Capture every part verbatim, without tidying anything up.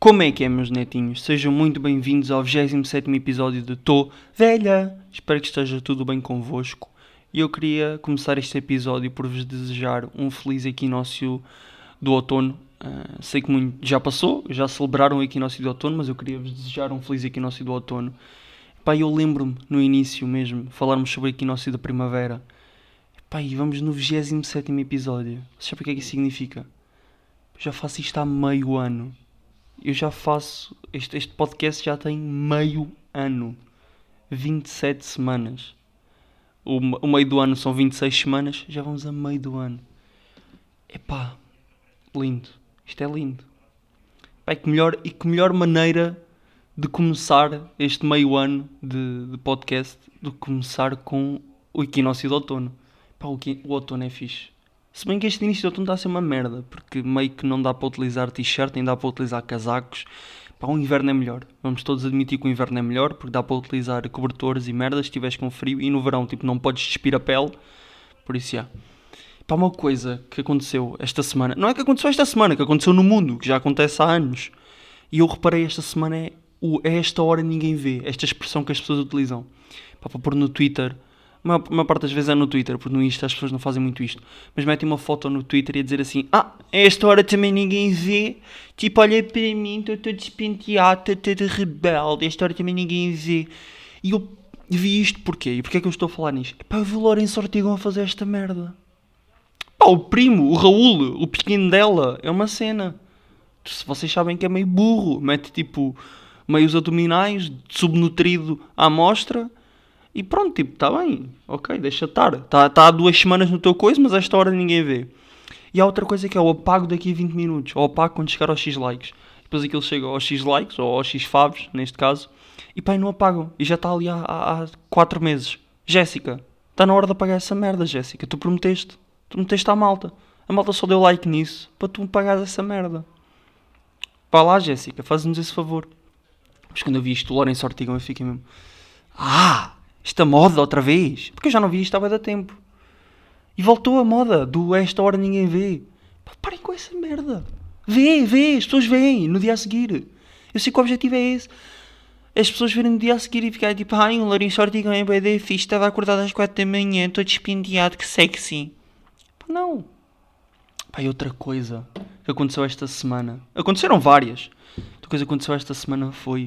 Como é que é, meus netinhos? Sejam muito bem-vindos ao vigésimo sétimo episódio de Tô Velha. Espero que esteja tudo bem convosco. E eu queria começar este episódio por vos desejar um feliz equinócio do outono. Uh, sei que muito já passou, já celebraram o equinócio do outono, mas eu queria vos desejar um feliz equinócio do outono. Pá, eu lembro-me no início mesmo, falarmos sobre o equinócio da primavera. Pá, e vamos no vigésimo sétimo episódio. Você sabe o que é que isso significa? Eu já faço isto há meio ano. Eu já faço... Este, este podcast já tem meio ano. vinte e sete semanas. O, o meio do ano são vinte e seis semanas. Já vamos a meio do ano. Epá, lindo. Isto é lindo. Epá, e, que melhor, e que melhor maneira de começar este meio ano de, de podcast do que começar com o equinócio de outono. Epá, o, o outono é fixe. Se bem que este início de outono está a ser uma merda, porque meio que não dá para utilizar t-shirt, nem dá para utilizar casacos. Pá, o inverno é melhor. Vamos todos admitir que o inverno é melhor, porque dá para utilizar cobertores e merdas se estiveres com frio. E no verão, tipo, não podes despir a pele. Por isso, já. Pá, uma coisa que aconteceu esta semana. Não é que aconteceu esta semana, que aconteceu no mundo, que já acontece há anos. E eu reparei esta semana é, o, é esta hora ninguém vê. Esta expressão que as pessoas utilizam. Pá, para pôr no Twitter... A maior parte das vezes é no Twitter, porque no Insta as pessoas não fazem muito isto. Mas metem uma foto no Twitter e a dizer assim: ah, a esta hora também ninguém vê. Tipo, olha para mim, estou todo despenteado, estou todo rebelde. A esta hora também ninguém vê. E eu vi isto porquê? E porquê é que eu estou a falar nisto? É para ver o Lourenço Ortigão a fazer esta merda. Pá, o primo, o Raul, o pequeno dela, é uma cena. Se vocês sabem que é meio burro, mete tipo meios abdominais, subnutrido à mostra. E pronto, tipo, está bem, ok, deixa estar. Está tá há duas semanas no teu coisa, mas a esta hora ninguém vê. E há outra coisa que é o apago daqui a vinte minutos. Ou apago quando chegar aos X likes. Depois aquilo chega aos X likes, ou aos X favos, neste caso. E pá, e não apagam. E já está ali há, há quatro meses. Jéssica, está na hora de apagar essa merda, Jéssica. Tu prometeste. Tu prometeste à malta. A malta só deu like nisso para tu apagares essa merda. Vá lá, Jéssica, faz-nos esse favor. Mas quando eu vi isto, o Lourenço Ortigão, eu fiquei mesmo... Ah! Esta moda outra vez. Porque eu já não vi isto há bastante tempo. E voltou a moda do esta hora ninguém vê. Pá, parem com essa merda. Vê, vê. As pessoas veem no dia a seguir. Eu sei que o objetivo é esse. As pessoas verem no dia a seguir e ficarem tipo... Ai, um Lourenço Ortigão é bem de fixe. Estava acordado às quatro da manhã. Estou despenteado. Que sexy. Pá, não. Pá, e outra coisa que aconteceu esta semana. Aconteceram várias. Outra coisa que aconteceu esta semana foi...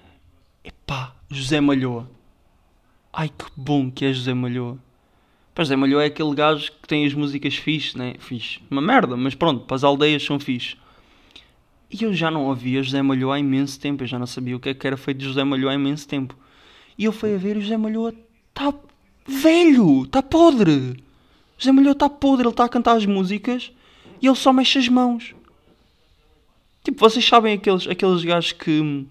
Epá, José Malhoa. Ai, que bom que é José Malhoa. Pá, José Malhoa é aquele gajo que tem as músicas fixe, né? Fixe. Uma merda, mas pronto, para as aldeias são fixe. E eu já não ouvia José Malhoa há imenso tempo. Eu já não sabia o que é que era feito de José Malhoa há imenso tempo. E eu fui a ver e o José Malhoa está velho, está podre. José Malhoa está podre, ele está a cantar as músicas e ele só mexe as mãos. Tipo, vocês sabem aqueles, aqueles gajos que...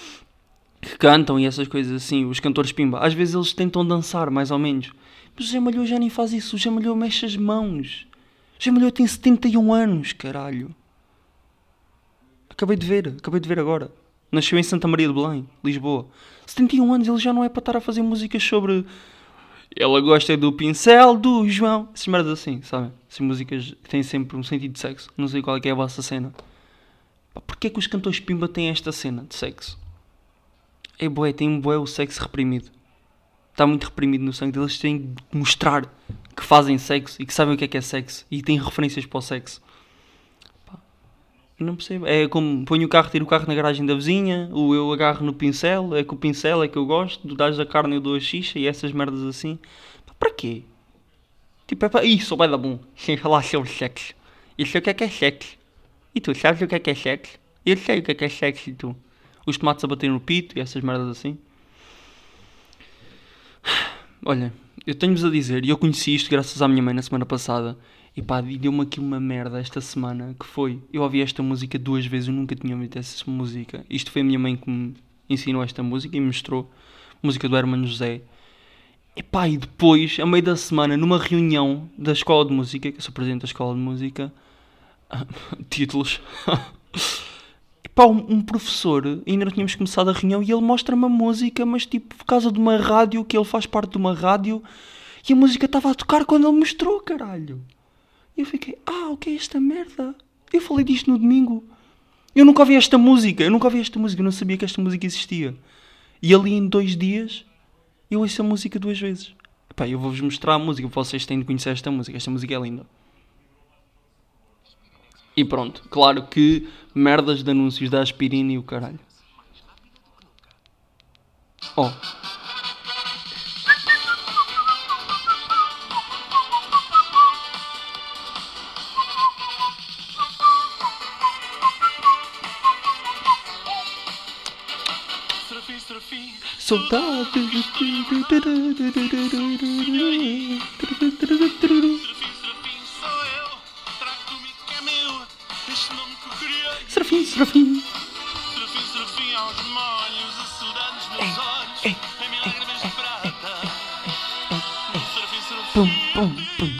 que cantam e essas coisas assim, os cantores pimba, às vezes eles tentam dançar, mais ou menos. Mas o José Malhoa já nem faz isso, o José Malhoa mexe as mãos. O José Malhoa tem setenta e um anos, caralho. Acabei de ver, acabei de ver agora. Nasceu em Santa Maria de Belém, Lisboa. setenta e um anos, ele já não é para estar a fazer músicas sobre... Ela gosta do pincel do João. Essas merdas assim, sabem? Essas músicas que têm sempre um sentido de sexo. Não sei qual é que é a vossa cena. Porquê é que os cantores pimba têm esta cena de sexo? É bué, tem um bué o sexo reprimido. Está muito reprimido no sangue deles. Têm de mostrar que fazem sexo e que sabem o que é que é sexo. E têm referências para o sexo. Pá, eu não percebo. É como ponho o carro, tiro o carro na garagem da vizinha. Ou eu agarro no pincel. É que o pincel é que eu gosto. Tu dás a carne e eu dou a xixa. E essas merdas assim. Pá, para quê? Tipo, é para... Ih, só vai dar bom. Sem falar sobre sexo. Eu sei o que é que é sexo. E tu sabes o que é que é sexo? Eu sei o que é que é sexo e tu. Os tomates a bater no pito e essas merdas assim. Olha, eu tenho-vos a dizer, e eu conheci isto graças à minha mãe na semana passada, e pá, deu-me aqui uma merda esta semana, que foi, eu ouvi esta música duas vezes, eu nunca tinha ouvido essa música. Isto foi a minha mãe que me ensinou esta música e me mostrou, música do Hermano José. E pá, e depois, a meio da semana, numa reunião da escola de música, que eu sou presidente da escola de música, títulos... Pá, um, um professor, ainda não tínhamos começado a reunião e ele mostra-me a música, mas tipo, por causa de uma rádio, que ele faz parte de uma rádio, e a música estava a tocar quando ele mostrou, caralho. E eu fiquei, ah, o que é esta merda? Eu falei disto no domingo. Eu nunca ouvi esta música, eu nunca ouvi esta música, eu não sabia que esta música existia. E ali em dois dias, eu ouço a música duas vezes. Epá, eu vou-vos mostrar a música, vocês têm de conhecer esta música, esta música é linda. E pronto, claro que merdas de anúncios da aspirina e o caralho. Oh. Saudades. Serafim, Serafim. Ei, ei, ei, ei, pum, pum, pum.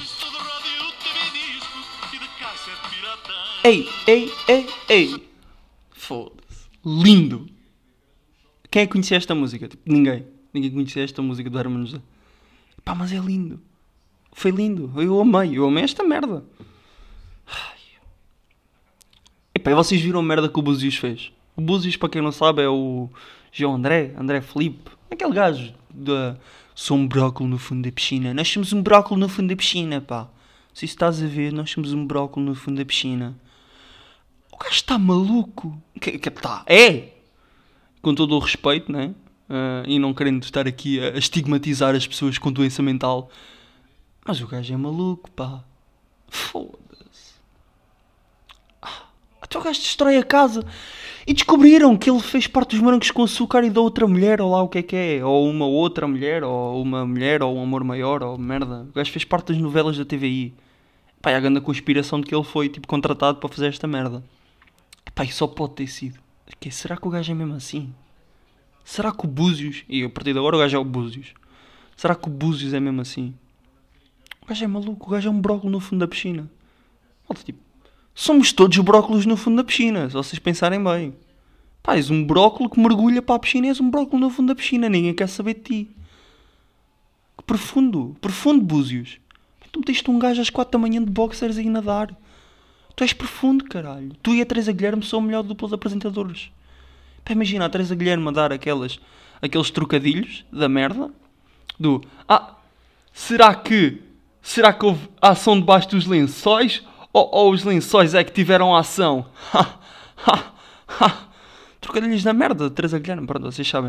Ei, ei, ei, ei. Foda-se. Lindo. Quem é que conhecia esta música? Tipo, ninguém. Ninguém conhecia esta música do Hermano José. Pá, mas é lindo. Foi lindo. Eu amei. Eu amei esta merda. Ai. Epá, e vocês viram a merda que o Búzios fez? O Búzios, para quem não sabe, é o João André, André Filipe. Aquele gajo da... Sou um brócolo no fundo da piscina. Nós somos um brócolo no fundo da piscina, pá. Se isso estás a ver, nós somos um brócolo no fundo da piscina. O gajo está maluco. Que, que tá? É! Com todo o respeito, né? Uh, e não querendo estar aqui a estigmatizar as pessoas com doença mental. Mas o gajo é maluco, pá. Foda-se. Ah, até o gajo destrói a casa. E descobriram que ele fez parte dos morangos com açúcar e da outra mulher, ou lá o que é que é. Ou uma outra mulher, ou uma mulher, ou um amor maior, ou merda. O gajo fez parte das novelas da T V I. Pá, e a grande conspiração de que ele foi, tipo, contratado para fazer esta merda. Pá, e só pode ter sido. Que, será que o gajo é mesmo assim? Será que o Búzios... E a partir de agora o gajo é o Búzios. Será que o Búzios é mesmo assim? O gajo é maluco. O gajo é um brócolo no fundo da piscina. Tipo, somos todos brócolos no fundo da piscina. Se vocês pensarem bem. Pá, és um brócolo que mergulha para a piscina e és um brócolo no fundo da piscina. Ninguém quer saber de ti. Que profundo. Profundo, Búzios. Tu meteste um gajo às quatro da manhã de boxers aí nadar. Tu és profundo, caralho. Tu e a Teresa Guilherme são a melhor dupla de apresentadores. Pá, imagina a Teresa Guilherme a dar aquelas, aqueles trocadilhos da merda. Do, ah, será que, será que houve ação debaixo dos lençóis? Ou, ou os lençóis é que tiveram ação? Ha, ha, ha. Trocadilhos da merda, Teresa Guilherme, pronto, vocês sabem.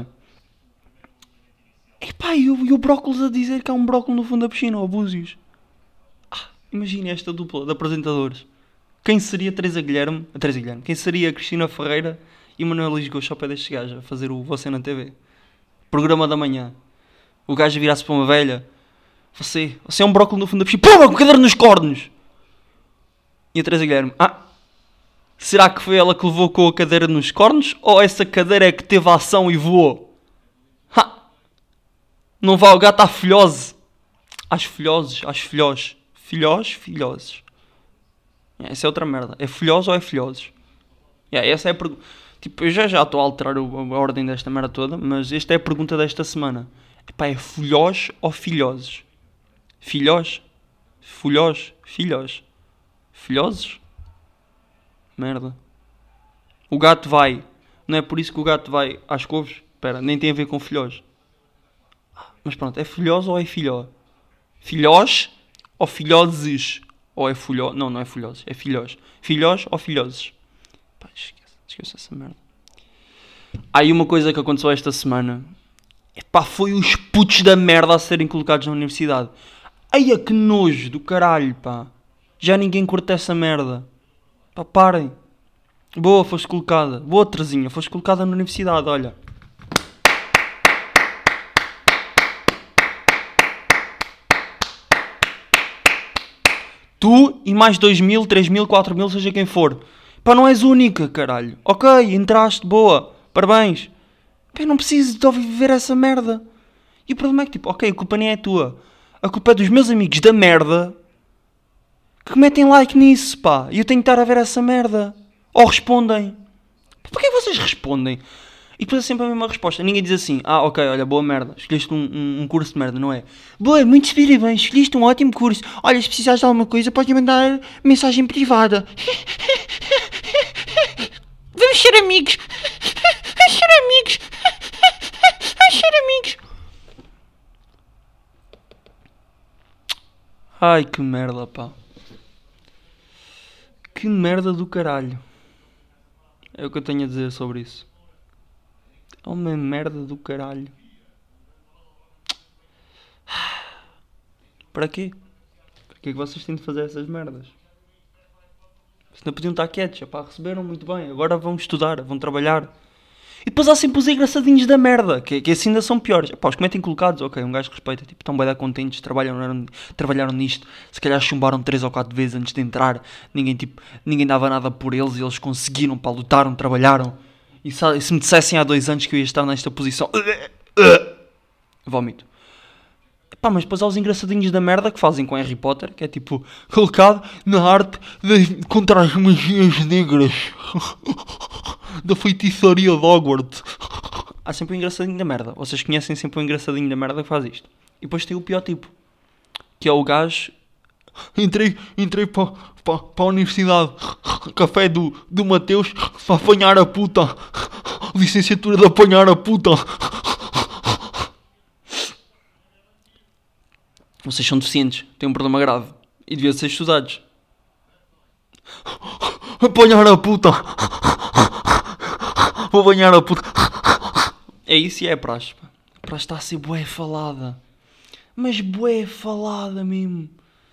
E pá, e o, e o brócolis a dizer que há um brócolis no fundo da piscina, ou Búzios. Ah, imagina esta dupla de apresentadores. Quem seria a Teresa Guilherme? A Teresa Guilherme. Quem seria a Cristina Ferreira e o Manuel Luís Gosto ao pé destes gajos a fazer o Você na T V? Programa da manhã. O gajo virasse para uma velha. Você, você é um brócolis no fundo da piscina. Pumba, com o cadeira nos cornos. E a Teresa Guilherme. Ah, será que foi ela que levou com a cadeira nos cornos? Ou essa cadeira é que teve a ação e voou? Ha! Não vá o gato à filhose. Às filhoses, às filhós. Filhós, filhoses. Essa é outra merda. É filhós ou é filhoses? Yeah, essa é a pergunta. Tipo, eu já já estou a alterar o, a ordem desta merda toda, mas esta é a pergunta desta semana. Epá, é filhós ou filhoses? Filhós? Filhós? Filhós? Filhoses? Merda. O gato vai. Não é por isso que o gato vai às couves? Espera, nem tem a ver com filhós. Mas pronto, é filhós ou é filhó? Filhós ou filhoses? Ou é filhó? Não, não é filhoses, é filhós. Filhós ou filhoses? Pá, esquece, esquece essa merda. Há aí uma coisa que aconteceu esta semana. Epá, foi os putos da merda a serem colocados na universidade. Eia, que nojo do caralho, pá. Já ninguém curte essa merda. Pá, parem. Boa, foste colocada. Boa, Terezinha, foste colocada na universidade, olha. Tu e mais dois mil, três mil, quatro mil, seja quem for. Pá, não és única, caralho. Ok, entraste, boa. Parabéns. Pá, não preciso de ouvir ver essa merda. E o problema é que, tipo, ok, a culpa nem é tua. A culpa é dos meus amigos da merda que metem like nisso, pá. E eu tenho que estar a ver essa merda. Ou respondem. Porquê vocês respondem? E depois é sempre a mesma resposta. Ninguém diz assim, ah, ok, olha, boa merda. Escolheste um, um, um curso de merda, não é? Boa, muito parabéns, escolheste um ótimo curso. Olha, se precisares de alguma coisa, podes mandar mensagem privada. Vamos ser amigos. Vamos ser amigos. Vamos ser amigos. Ai, que merda, pá. Que merda do caralho. É o que eu tenho a dizer sobre isso. É uma merda do caralho. Para quê? Para que é que vocês têm de fazer essas merdas? Se não podiam estar quietos, pá, receberam muito bem. Agora vão estudar, vão trabalhar. E depois há sempre os engraçadinhos da merda, que, que assim ainda são piores. Pá, os que metem colocados, ok, um gajo que respeita, tipo, estão bem dar contentes, trabalharam, trabalharam nisto, se calhar chumbaram três ou quatro vezes antes de entrar, ninguém, tipo, ninguém dava nada por eles e eles conseguiram, pá, lutaram, trabalharam. E se, se me dissessem há dois anos que eu ia estar nesta posição, vómito. Pá, mas depois há os engraçadinhos da merda que fazem com Harry Potter, que é tipo, colocado na arte de, contra as magias negras da feitiçaria de Hogwarts. Há sempre um engraçadinho da merda. Vocês conhecem sempre um engraçadinho da merda que faz isto. E depois tem o pior tipo, que é o gajo... Entrei, entrei para pa, pa a universidade, café do, do Mateus, para apanhar a puta. Licenciatura de apanhar a puta. Vocês são deficientes, têm um problema grave e deviam ser estudados. Apanhar a puta. Vou apanhar a puta. É isso e é a praxe. A praxe está a ser bué falada. Mas bué falada mesmo.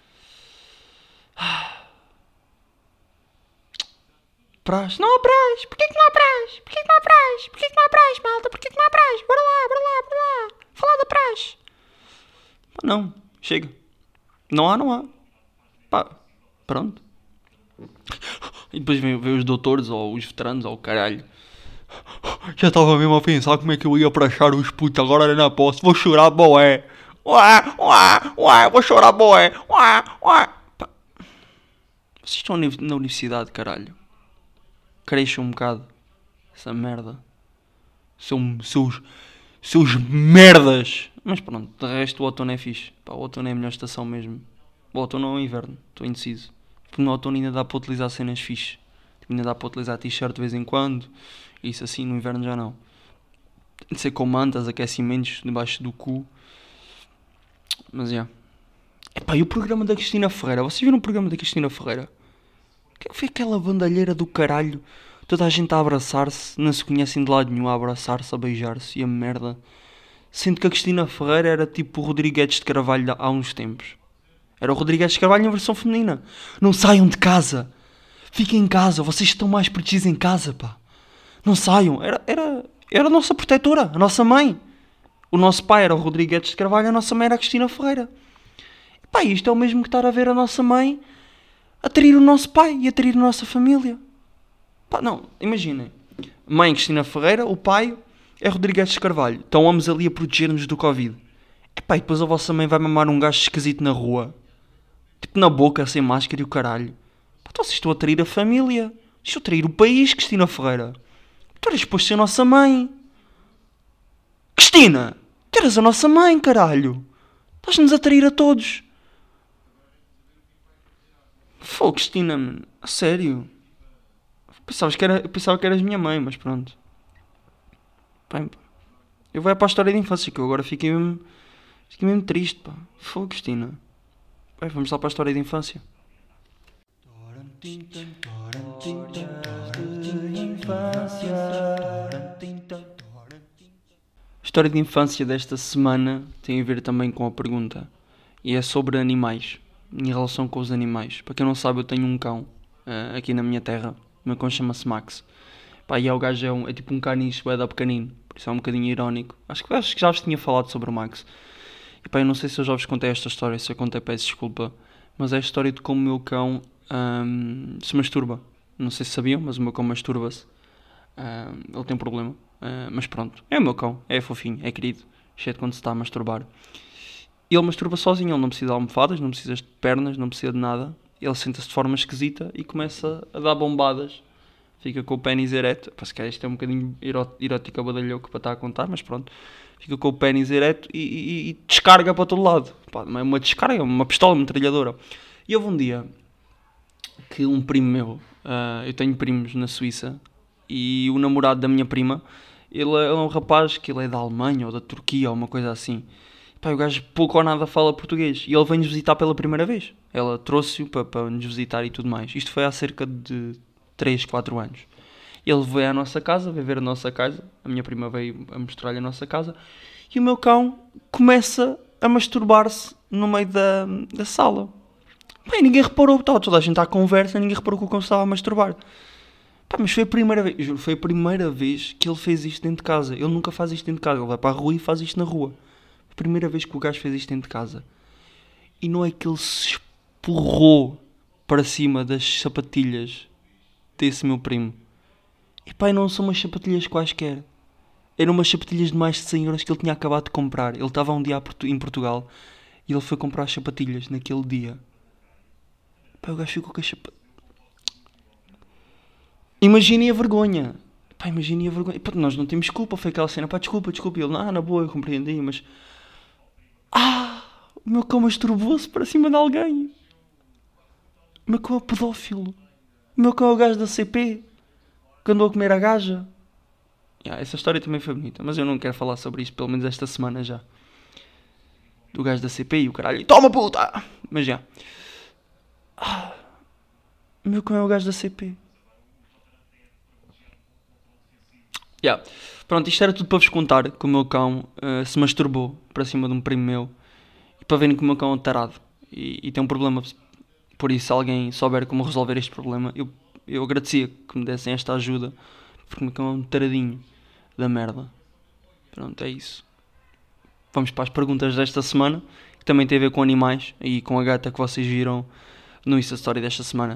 Praxe. Não há praxe. Porquê que não há praxe? Porquê que não há praxe? Porquê que não há praxe, malta? Porquê que não há praxe? Bora lá, bora lá, bora lá. Falar da praxe. Não. Chega. Não há, não há. Pá, pronto. E depois vem, vem os doutores ou os veteranos ou o caralho. Já estava mesmo a pensar como é que eu ia prachar os putos. Agora não posso. Vou chorar, boé. Uá, uá, uá. Vou chorar, boé. Uá, uá. Pá. Vocês estão na universidade, caralho. Cresçam um bocado. Essa merda. São seus... Seus merdas. Mas pronto, de resto o outono é fixe. Pá, o outono é a melhor estação mesmo. O outono ou o inverno, estou indeciso. Porque no outono ainda dá para utilizar cenas fixe. Tipo, ainda dá para utilizar t-shirt de vez em quando. Isso assim, no inverno já não. Tem de ser com mantas, aquecimentos debaixo do cu. Mas é. Yeah. Epá, e o programa da Cristina Ferreira? Vocês viram o programa da Cristina Ferreira? O que é que foi aquela bandalheira do caralho? Toda a gente a abraçar-se, não se conhecem de lado nenhum, a abraçar-se, a beijar-se e a merda. Sendo que a Cristina Ferreira era tipo o Rodrigues de Carvalho há uns tempos. Era o Rodrigues de Carvalho na versão feminina. Não saiam de casa. Fiquem em casa, vocês estão mais protegidos em casa, pá. Não saiam. Era, era, era a nossa protetora, a nossa mãe. O nosso pai era o Rodrigues de Carvalho, a nossa mãe era a Cristina Ferreira. E, pá, isto é o mesmo que estar a ver a nossa mãe a trair o nosso pai e a trair a nossa família. Pá, não, imaginem. Mãe Cristina Ferreira, o pai é Rodrigues de Carvalho. Estão ambos ali a proteger-nos do Covid. Epá, e depois a vossa mãe vai mamar um gajo esquisito na rua. Tipo na boca, sem máscara e o caralho. Pá, então vocês estão a trair a família. Estão a trair o país, Cristina Ferreira. Tu eras depois de ser a nossa mãe. Cristina! Tu eras a nossa mãe, caralho. Estás-nos a trair a todos. Fogo, Cristina, mano. A sério. Pensavas que era, eu pensava que eras minha mãe, mas pronto. Bem, eu vou para a história de infância, que eu agora fiquei mesmo, fiquei mesmo triste, pá. Fogo, Cristina. Bem, vamos lá para a história de infância. A história de infância desta semana tem a ver também com a pergunta. E é sobre animais. Em relação com os animais. Para quem não sabe, eu tenho um cão uh, aqui na minha terra. O meu cão chama-se Max. Pá, e é o gajo é, um, é tipo um caniche, é da pequenino. Por isso é um bocadinho irónico. Acho que, acho que já vos tinha falado sobre o Max. E pá, eu não sei se eu já vos contei esta história. Se eu contei, peço desculpa. Mas é a história de como o meu cão um, se masturba. Não sei se sabiam, mas o meu cão masturba-se. Um, ele tem um problema. Uh, mas pronto, é o meu cão. É fofinho, é querido. Cheio de quando se está a masturbar. E ele masturba sozinho. Ele não precisa de almofadas, não precisa de pernas, não precisa de nada. Ele senta-se de forma esquisita e começa a dar bombadas. Fica com o pênis ereto. Pá, se calhar isto é um bocadinho erótico a badalhoco para estar a contar, mas pronto. Fica com o pênis ereto e, e, e descarga para todo lado. Pá, não é uma descarga, é uma pistola, uma metralhadora. E houve um dia que um primo meu, uh, eu tenho primos na Suíça, e o namorado da minha prima, ele é um rapaz que ele é da Alemanha ou da Turquia ou uma coisa assim. Pá, o gajo pouco ou nada fala português e ele vem-nos visitar pela primeira vez. Ela trouxe-o para, para nos visitar e tudo mais. Isto foi há cerca de três, quatro anos. Ele veio à nossa casa, veio ver a nossa casa. A minha prima veio a mostrar-lhe a nossa casa. E o meu cão começa a masturbar-se no meio da, da sala. Pá, e ninguém reparou. Estava toda a gente à conversa, ninguém reparou que o cão estava a masturbar. Pá, mas foi a primeira vez, juro, foi a primeira vez que ele fez isto dentro de casa. Ele nunca faz isto dentro de casa. Ele vai para a rua e faz isto na rua. A primeira vez que o gajo fez isto dentro de casa. E não é que ele se empurrou para cima das sapatilhas desse meu primo. E pá, não são umas sapatilhas quaisquer. Eram umas sapatilhas de mais de cem euros que ele tinha acabado de comprar. Ele estava um dia em Portugal e ele foi comprar as sapatilhas naquele dia. Pá, o gajo ficou com as sapatilhas. Imaginem a vergonha. Pá, imaginem a vergonha. Pá, nós não temos culpa, foi aquela cena. Pá, desculpa, desculpa. E ele, ah, na boa, eu compreendi, mas... Ah, o meu cão masturbou-se para cima de alguém. O meu cão é pedófilo. O meu cão é o gajo da C P que andou a comer a gaja. Yeah, essa história também foi bonita, mas eu não quero falar sobre isto, pelo menos esta semana já. Do gajo da C P I, o caralho. Toma, puta! Mas já. Ah, o meu cão é o gajo da C P. Yeah. Pronto, isto era tudo para vos contar que o meu cão uh, se masturbou para cima de um primo meu. E para verem que o meu cão é um tarado. E, e tem um problema. Por isso, se alguém souber como resolver este problema, eu, eu agradecia que me dessem esta ajuda. Porque o meu cão é um taradinho da merda. Pronto, é isso. Vamos para as perguntas desta semana, que também tem a ver com animais e com a gata que vocês viram no Insta Story desta semana.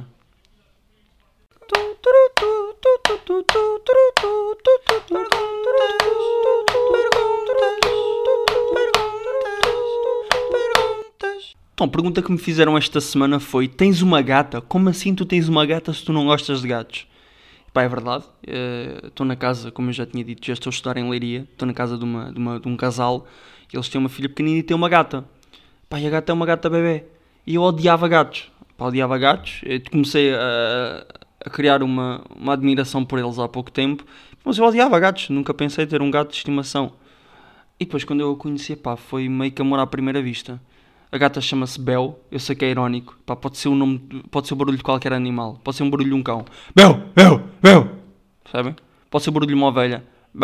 Então, a pergunta que me fizeram esta semana foi: tens uma gata? Como assim tu tens uma gata se tu não gostas de gatos? Pá, é verdade. Estou uh, na casa, como eu já tinha dito, já estou a estudar em Leiria. Estou na casa de, uma, de, uma, de um casal. Eles têm uma filha pequenina e têm uma gata. Pá, e a gata é uma gata bebê. E eu odiava gatos. Pá, odiava gatos. Eu comecei a, a criar uma, uma admiração por eles há pouco tempo. Mas eu odiava gatos. Nunca pensei ter um gato de estimação. E depois, quando eu a conheci, pá, foi meio que amor à primeira vista. A gata chama-se Bel. Eu sei que é irónico. Pá, pode ser o nome, pode ser o barulho de qualquer animal. Pode ser um barulho de um cão. Bel, Bel, Bel. Percebem? Pode ser o barulho de uma ovelha.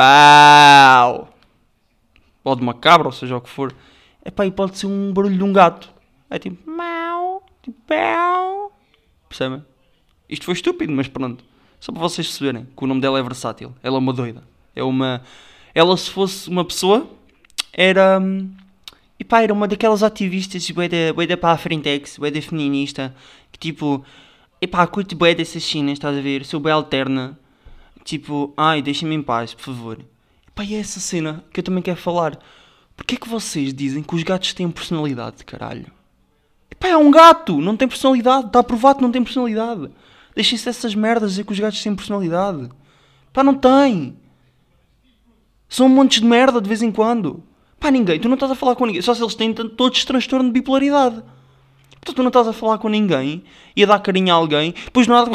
Bau. Ou de uma cabra, ou seja o que for. É pá, e pode ser um barulho de um gato. É tipo mau, tipo bel. Percebem? Isto foi estúpido, mas pronto. Só para vocês perceberem que o nome dela é versátil. Ela é uma doida. É uma... Ela, se fosse uma pessoa, era... E pá, era uma daquelas ativistas bué da, bué da para a frentex, bué da feminista, que tipo... E pá, curto bué dessas chinas, estás a ver? Sou bué alterna. Tipo, ai, deixem-me em paz, por favor. E pá, e é essa cena que eu também quero falar. Porquê é que vocês dizem que os gatos têm personalidade, caralho? E pá, é um gato, não tem personalidade. Está aprovado que não tem personalidade. Deixem-se dessas merdas dizer que os gatos têm personalidade. Pá, não tem. São um monte de merda de vez em quando. Pá, ninguém, tu não estás a falar com ninguém. Só se eles têm todos transtorno de bipolaridade. Portanto, tu não estás a falar com ninguém e a dar carinho a alguém, depois nada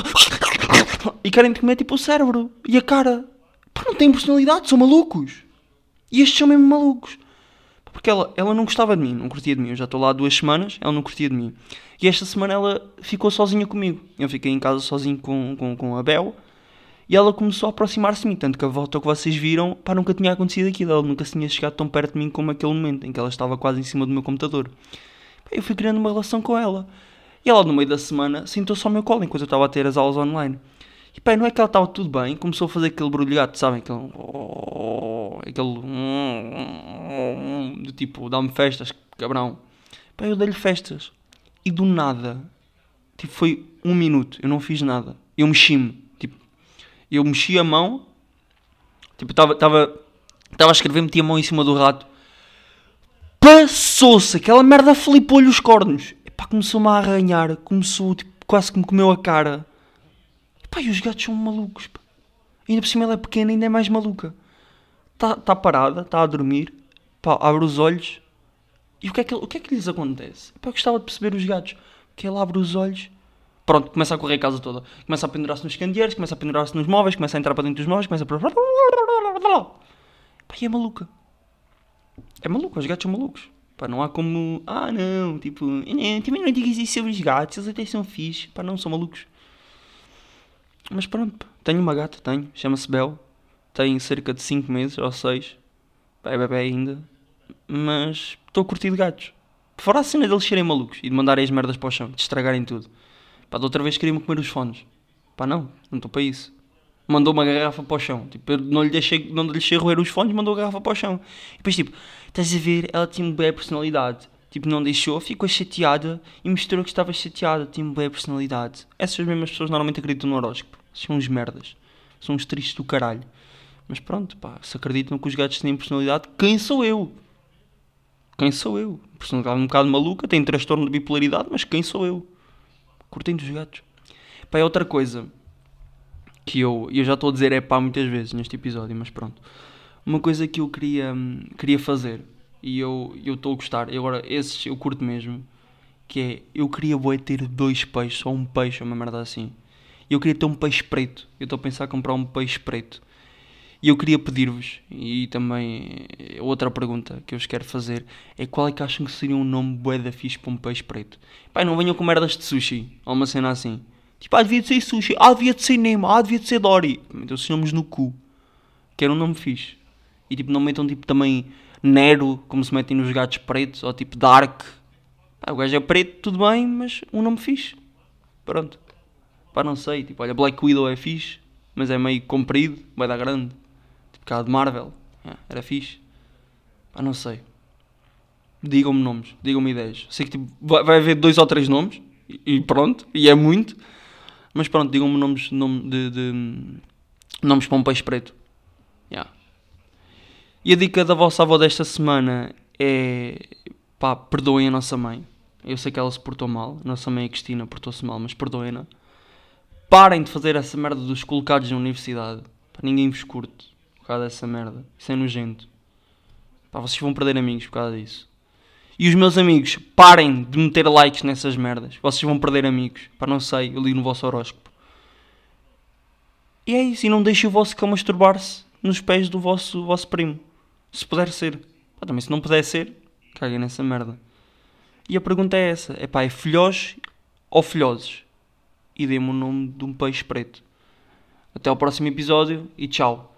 e querem-te comer tipo o cérebro e a cara. Pá, não têm personalidade, são malucos. E estes são mesmo malucos. Porque ela, ela não gostava de mim, não curtia de mim. Eu já estou lá há duas semanas, ela não curtia de mim. E esta semana ela ficou sozinha comigo. Eu fiquei em casa sozinho com, com, com a Bel. E ela começou a aproximar-se de mim. Tanto que a volta que vocês viram, pá, nunca tinha acontecido aquilo. Ela nunca tinha chegado tão perto de mim como aquele momento em que ela estava quase em cima do meu computador. Pá, eu fui criando uma relação com ela. E ela, no meio da semana, sentou-se ao meu colo enquanto eu estava a ter as aulas online. E pá, não é que ela estava tudo bem. Começou a fazer aquele barulho gato, sabem? Aquele... Aquele... Do tipo, dá-me festas, cabrão. Pá, eu dei-lhe festas. E do nada, tipo, foi um minuto. Eu não fiz nada. Eu mexi-me. Eu mexi a mão, tipo, estava a escrever, meti a mão em cima do rato. Passou-se, aquela merda flipou-lhe os cornos. E pá, começou-me a arranhar, começou, tipo, quase que me comeu a cara. E pá, e os gatos são malucos, pá. E ainda por cima ela é pequena, ainda é mais maluca. Está tá parada, está a dormir, pá, abre os olhos. E o que é que, o que, é que lhes acontece? Pá, eu gostava de perceber os gatos. Que ela abre os olhos Pronto, começa a correr a casa toda. Começa a pendurar-se nos candeeiros, começa a pendurar-se nos móveis, começa a entrar para dentro dos móveis, começa a... Pá, e é maluca. É maluca, os gatos são malucos. Pá, não há como... Ah, não, tipo... Não, também não digas isso sobre os gatos, eles até são fixes. Pá, não, são malucos. Mas pronto, pá. Tenho uma gata, tenho. Chama-se Bel. Tem cerca de cinco meses, ou seis. Pá, é bebê ainda. Mas estou a curtir de gatos. Fora a cena deles serem malucos e de mandarem as merdas para o chão, de estragarem tudo. Pá, da outra vez queria-me comer os fones. Pá, não, não estou para isso. Mandou uma garrafa para o chão. Tipo, eu não lhe deixei, não lhe deixei roer os fones, mandou a garrafa para o chão. E depois, tipo, estás a ver, ela tinha uma boa personalidade. Tipo, não deixou, ficou chateada e mostrou que estava chateada. Tinha uma boa personalidade. Essas mesmas pessoas normalmente acreditam no horóscopo. São uns merdas. São uns tristes do caralho. Mas pronto, pá, se acreditam que os gatos têm personalidade, quem sou eu? Quem sou eu? Personalidade um bocado maluca, tem transtorno de bipolaridade, mas quem sou eu? Curtindo os gatos. Pá, é outra coisa que eu, eu já estou a dizer é pá muitas vezes neste episódio, mas pronto. Uma coisa que eu queria, queria fazer e eu eu estou a gostar, e agora esses eu curto mesmo, que é, eu queria bué ter dois peixes, ou um peixe, uma merda assim. Eu queria ter um peixe preto. Eu estou a pensar em comprar um peixe preto. E eu queria pedir-vos, e também outra pergunta que eu vos quero fazer, é qual é que acham que seria um nome bué da fixe para um peixe preto? Pai, não venham com merdas de sushi, ou uma cena assim. Tipo, ah, devia de ser sushi, ah, devia de ser Nemo, ah, devia de ser Dory. Metam esses nomes no cu. Que era um nome fixe. E tipo, não metam tipo também Nero, como se metem nos gatos pretos, ou tipo Dark. Pá, o gajo é preto, tudo bem, mas um nome fixe. Pronto. Pá, não sei, tipo, olha, Black Widow é fixe, mas é meio comprido, vai dar grande. Tipo, cá de Marvel. É, era fixe. Pá, não sei. Digam-me nomes, digam-me ideias. Sei que tipo, vai, vai haver dois ou três nomes, e, e pronto, e é muito. Mas pronto, digam-me nomes nome de, de, nomes para um peixe preto. Yeah. E a dica da vossa avó desta semana é... Pá, perdoem a nossa mãe. Eu sei que ela se portou mal. A nossa mãe, a Cristina, portou-se mal, mas perdoem-na. Parem de fazer essa merda dos colocados na universidade. Pá, ninguém vos curte por causa dessa merda. Isso é nojento. Pá, vocês vão perder amigos por causa disso. E os meus amigos, parem de meter likes nessas merdas. Vocês vão perder amigos. Pá, não sei, eu li no vosso horóscopo. E é isso, e não deixem o vosso cão masturbar-se nos pés do vosso, vosso primo. Se puder ser. Pá, também se não puder ser, caguem nessa merda. E a pergunta é essa. É pá, é filhós ou filhoses? E dê-me o nome de um peixe preto. Até ao próximo episódio e tchau.